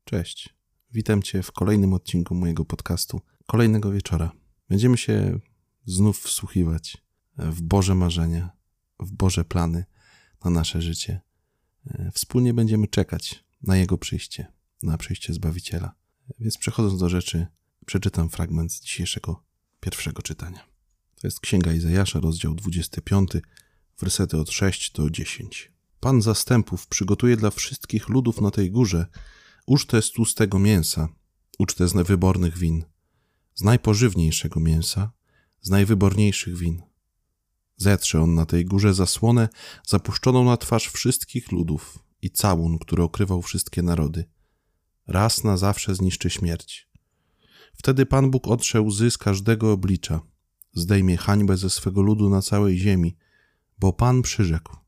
Cześć, witam Cię w kolejnym odcinku mojego podcastu, kolejnego wieczora. Będziemy się znów wsłuchiwać w Boże marzenia, w Boże plany na nasze życie. Wspólnie będziemy czekać na Jego przyjście, na przyjście Zbawiciela. Więc przechodząc do rzeczy, przeczytam fragment z dzisiejszego pierwszego czytania. To jest Księga Izajasza, rozdział 25, wersety od 6 do 10. Pan zastępów przygotuje dla wszystkich ludów na tej górze ucztę z tłustego mięsa, ucztę z wybornych win, z najpożywniejszego mięsa, z najwyborniejszych win. Zetrze on na tej górze zasłonę zapuszczoną na twarz wszystkich ludów i całun, który okrywał wszystkie narody. Raz na zawsze zniszczy śmierć. Wtedy Pan Bóg otrze łzy z każdego oblicza, zdejmie hańbę ze swego ludu na całej ziemi, bo Pan przyrzekł.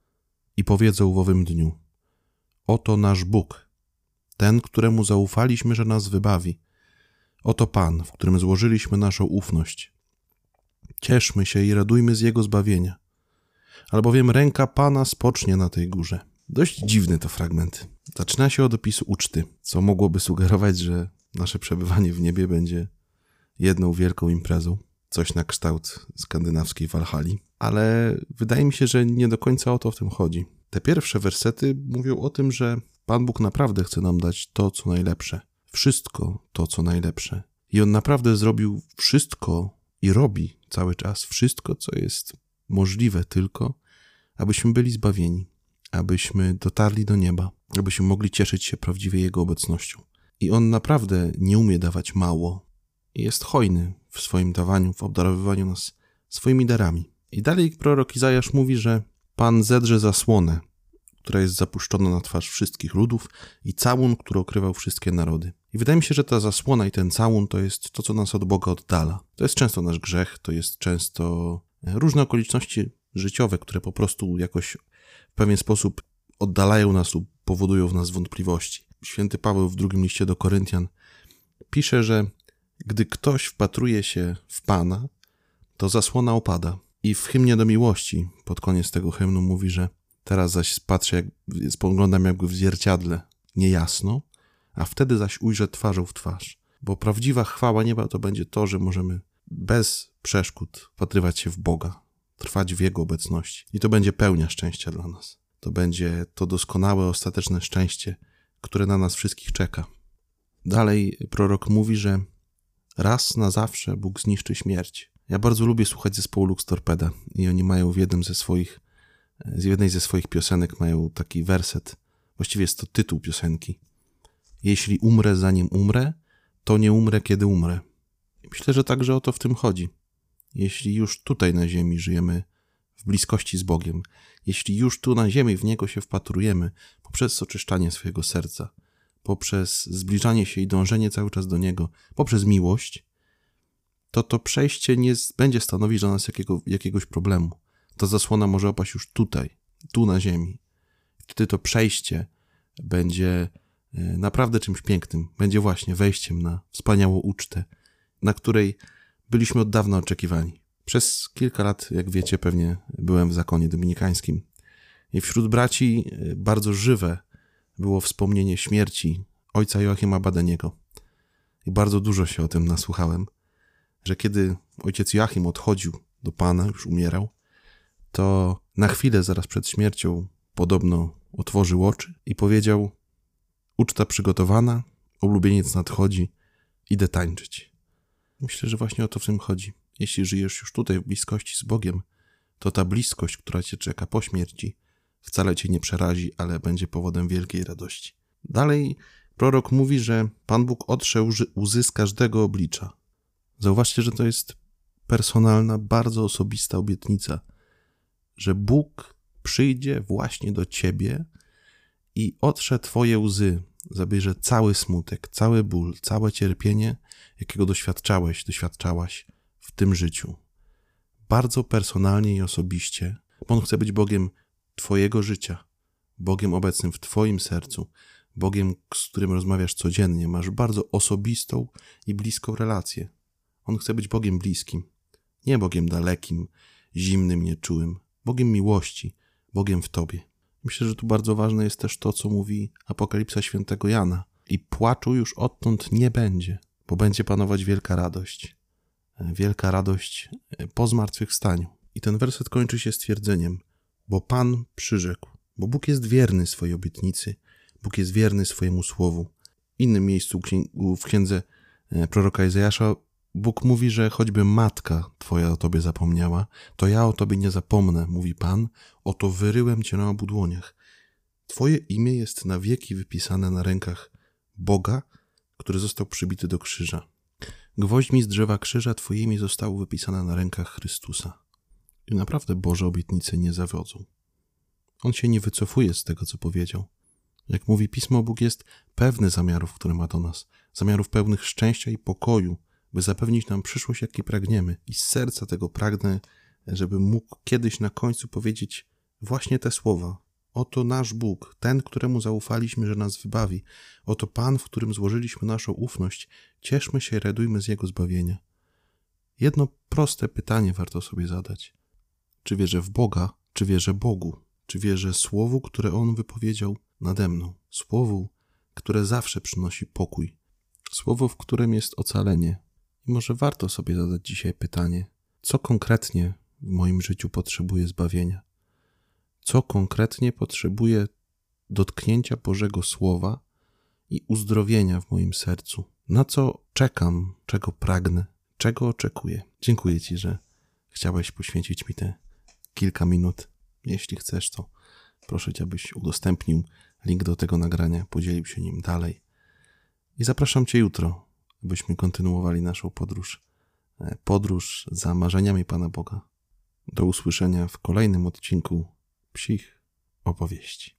I powiedzą w owym dniu: oto nasz Bóg, ten, któremu zaufaliśmy, że nas wybawi. Oto Pan, w którym złożyliśmy naszą ufność. Cieszmy się i radujmy z Jego zbawienia, albowiem ręka Pana spocznie na tej górze. Dość dziwny to fragment. Zaczyna się od opisu uczty, co mogłoby sugerować, że nasze przebywanie w niebie będzie jedną wielką imprezą. Coś na kształt skandynawskiej Walhalli. Ale wydaje mi się, że nie do końca o to w tym chodzi. Te pierwsze wersety mówią o tym, że Pan Bóg naprawdę chce nam dać to, co najlepsze. Wszystko to, co najlepsze. I On naprawdę zrobił wszystko i robi cały czas wszystko, co jest możliwe tylko, abyśmy byli zbawieni, abyśmy dotarli do nieba, abyśmy mogli cieszyć się prawdziwie Jego obecnością. I On naprawdę nie umie dawać mało. Jest hojny w swoim dawaniu, w obdarowywaniu nas swoimi darami. I dalej prorok Izajasz mówi, że Pan zedrze zasłonę, która jest zapuszczona na twarz wszystkich ludów i całun, który okrywał wszystkie narody. I wydaje mi się, że ta zasłona i ten całun to jest to, co nas od Boga oddala. To jest często nasz grzech, to jest często różne okoliczności życiowe, które po prostu jakoś w pewien sposób oddalają nas lub powodują w nas wątpliwości. Święty Paweł w drugim liście do Koryntian pisze, że gdy ktoś wpatruje się w Pana, to zasłona opada. I w hymnie do miłości, pod koniec tego hymnu mówi, że teraz zaś patrzę, spoglądam jakby w zwierciadle, niejasno, a wtedy zaś ujrzę twarzą w twarz. Bo prawdziwa chwała nieba to będzie to, że możemy bez przeszkód wpatrywać się w Boga, trwać w Jego obecności. I to będzie pełnia szczęścia dla nas. To będzie to doskonałe, ostateczne szczęście, które na nas wszystkich czeka. Dalej prorok mówi, że raz na zawsze Bóg zniszczy śmierć. Ja bardzo lubię słuchać zespołu Lux Torpeda i oni mają w jednej ze swoich piosenek mają taki werset, właściwie jest to tytuł piosenki. Jeśli umrę zanim umrę, to nie umrę kiedy umrę. I myślę, że także o to w tym chodzi. Jeśli już tutaj na ziemi żyjemy w bliskości z Bogiem, jeśli już tu na ziemi w Niego się wpatrujemy poprzez oczyszczanie swojego serca, poprzez zbliżanie się i dążenie cały czas do Niego, poprzez miłość, to przejście nie będzie stanowić dla nas jakiegoś problemu. Ta zasłona może opaść już tutaj, tu na ziemi. Wtedy to przejście będzie naprawdę czymś pięknym. Będzie właśnie wejściem na wspaniałą ucztę, na której byliśmy od dawna oczekiwani. Przez kilka lat, jak wiecie, pewnie byłem w zakonie dominikańskim. I wśród braci bardzo żywe było wspomnienie śmierci ojca Joachima Badeniego. I bardzo dużo się o tym nasłuchałem, że kiedy ojciec Joachim odchodził do Pana, już umierał, to na chwilę zaraz przed śmiercią podobno otworzył oczy i powiedział: uczta przygotowana, ulubieniec nadchodzi, idę tańczyć. Myślę, że właśnie o to w tym chodzi. Jeśli żyjesz już tutaj w bliskości z Bogiem, to ta bliskość, która cię czeka po śmierci, wcale cię nie przerazi, ale będzie powodem wielkiej radości. Dalej prorok mówi, że Pan Bóg otrze łzy z każdego oblicza. Zauważcie, że to jest personalna, bardzo osobista obietnica, że Bóg przyjdzie właśnie do ciebie i otrze twoje łzy, zabierze cały smutek, cały ból, całe cierpienie, jakiego doświadczałaś w tym życiu. Bardzo personalnie i osobiście, bo On chce być Bogiem twojego życia, Bogiem obecnym w twoim sercu, Bogiem, z którym rozmawiasz codziennie. Masz bardzo osobistą i bliską relację. On chce być Bogiem bliskim, nie Bogiem dalekim, zimnym, nieczułym, Bogiem miłości, Bogiem w tobie. Myślę, że tu bardzo ważne jest też to, co mówi Apokalipsa świętego Jana. i płaczu już odtąd nie będzie, bo będzie panować wielka radość po zmartwychwstaniu. I ten werset kończy się stwierdzeniem, bo Pan przyrzekł, bo Bóg jest wierny swojej obietnicy, Bóg jest wierny swojemu słowu. W innym miejscu w księdze proroka Izajasza Bóg mówi, że choćby matka twoja o tobie zapomniała, to ja o tobie nie zapomnę, mówi Pan, oto wyryłem cię na obu dłoniach. Twoje imię jest na wieki wypisane na rękach Boga, który został przybity do krzyża. Gwoźdźmi z drzewa krzyża twoje imię zostało wypisane na rękach Chrystusa. I naprawdę Boże obietnice nie zawodzą. On się nie wycofuje z tego, co powiedział. Jak mówi Pismo, Bóg jest pewny zamiarów, które ma do nas, zamiarów pełnych szczęścia i pokoju, by zapewnić nam przyszłość, jakiej pragniemy. I z serca tego pragnę, żeby mógł kiedyś na końcu powiedzieć właśnie te słowa. Oto nasz Bóg, ten, któremu zaufaliśmy, że nas wybawi. Oto Pan, w którym złożyliśmy naszą ufność. Cieszmy się i radujmy z Jego zbawienia. Jedno proste pytanie warto sobie zadać. Czy wierzę w Boga, czy wierzę Bogu? Czy wierzę Słowu, które On wypowiedział nade mną? Słowu, które zawsze przynosi pokój. Słowo, w którym jest ocalenie. I może warto sobie zadać dzisiaj pytanie, co konkretnie w moim życiu potrzebuje zbawienia? Co konkretnie potrzebuje dotknięcia Bożego Słowa i uzdrowienia w moim sercu? Na co czekam, czego pragnę, czego oczekuję? Dziękuję Ci, że chciałeś poświęcić mi te kilka minut. Jeśli chcesz, to proszę Cię, abyś udostępnił link do tego nagrania, podzielił się nim dalej. I zapraszam Cię jutro, abyśmy kontynuowali naszą podróż za marzeniami Pana Boga. Do usłyszenia w kolejnym odcinku Psich Opowieści.